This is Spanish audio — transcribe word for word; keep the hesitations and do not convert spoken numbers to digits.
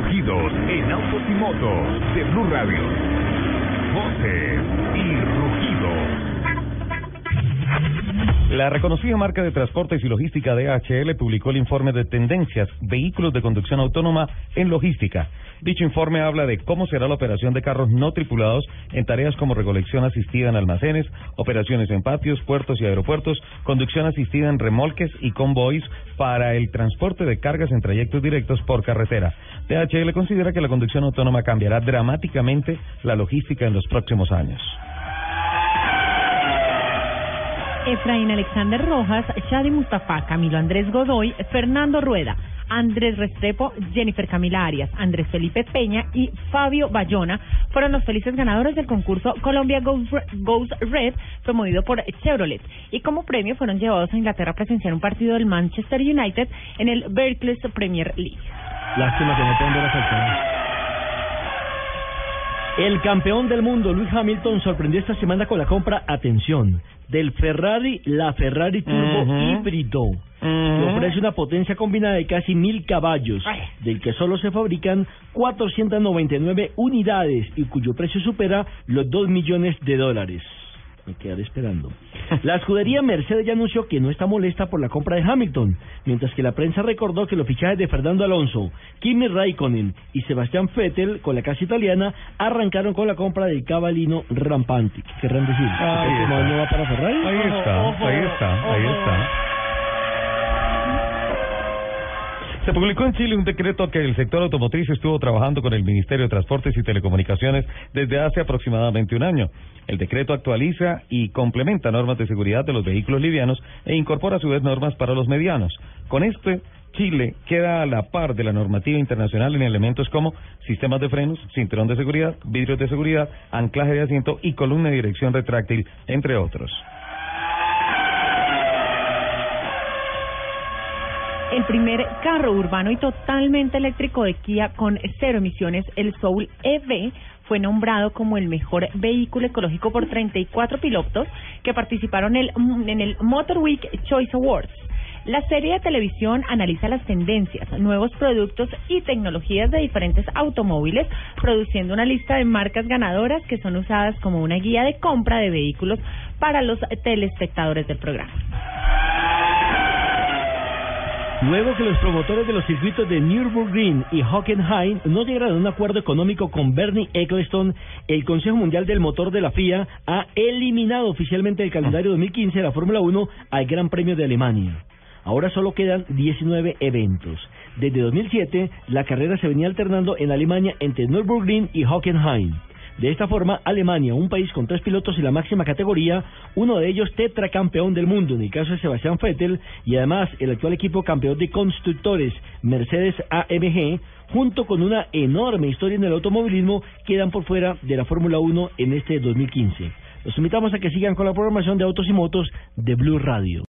rugidos en autos y motos de Blue Radio. Voces y rugidos. La reconocida marca de transportes y logística D H L publicó el informe de tendencias vehículos de conducción autónoma en logística. Dicho informe habla de cómo será la operación de carros no tripulados en tareas como recolección asistida en almacenes, operaciones en patios, puertos y aeropuertos, conducción asistida en remolques y convoys para el transporte de cargas en trayectos directos por carretera. D H L considera que la conducción autónoma cambiará dramáticamente la logística en los próximos años. Efraín Alexander Rojas, Shadi Mustafa, Camilo Andrés Godoy, Fernando Rueda, Andrés Restrepo, Jennifer Camila Arias, Andrés Felipe Peña y Fabio Bayona fueron los felices ganadores del concurso Colombia Goes Red, promovido por Chevrolet, y como premio fueron llevados a Inglaterra a presenciar un partido del Manchester United en el Barclays Premier League. Lástima que no pueden ver las acciones. El campeón del mundo, Lewis Hamilton, sorprendió esta semana con la compra, atención, del Ferrari, la Ferrari Turbo uh-huh. híbrido. Uh-huh. Que ofrece una potencia combinada de casi mil caballos, Ay. del que solo se fabrican cuatrocientas noventa y nueve unidades y cuyo precio supera los dos millones de dólares. Me quedaré esperando. La escudería Mercedes ya anunció que no está molesta por la compra de Hamilton, mientras que la prensa recordó que los fichajes de Fernando Alonso, Kimi Raikkonen y Sebastián Vettel con la casa italiana arrancaron con la compra del cabalino rampante. ¿Qué querrán decir? Ahí ¿Este está. no va para Ferrari? Ahí está, ojo, ahí está, ojo. ahí está. Se publicó en Chile un decreto que el sector automotriz estuvo trabajando con el Ministerio de Transportes y Telecomunicaciones desde hace aproximadamente un año. El decreto actualiza y complementa normas de seguridad de los vehículos livianos e incorpora a su vez normas para los medianos. Con este, Chile queda a la par de la normativa internacional en elementos como sistemas de frenos, cinturón de seguridad, vidrios de seguridad, anclaje de asiento y columna de dirección retráctil, entre otros. El primer carro urbano y totalmente eléctrico de Kia con cero emisiones, el Soul E V, fue nombrado como el mejor vehículo ecológico por treinta y cuatro pilotos que participaron en el, en el Motor Week Choice Awards. La serie de televisión analiza las tendencias, nuevos productos y tecnologías de diferentes automóviles, produciendo una lista de marcas ganadoras que son usadas como una guía de compra de vehículos para los telespectadores del programa. Luego que los promotores de los circuitos de Nürburgring y Hockenheim no llegaron a un acuerdo económico con Bernie Ecclestone, el Consejo Mundial del Motor de la F I A ha eliminado oficialmente del calendario dos mil quince de la Fórmula uno al Gran Premio de Alemania. Ahora solo quedan diecinueve eventos. Desde dos mil siete, la carrera se venía alternando en Alemania entre Nürburgring y Hockenheim. De esta forma, Alemania, un país con tres pilotos en la máxima categoría, uno de ellos tetracampeón del mundo, en el caso de Sebastián Vettel, y además el actual equipo campeón de constructores, Mercedes A M G, junto con una enorme historia en el automovilismo, quedan por fuera de la Fórmula uno en este dos mil quince. Los invitamos a que sigan con la programación de Autos y Motos de Blue Radio.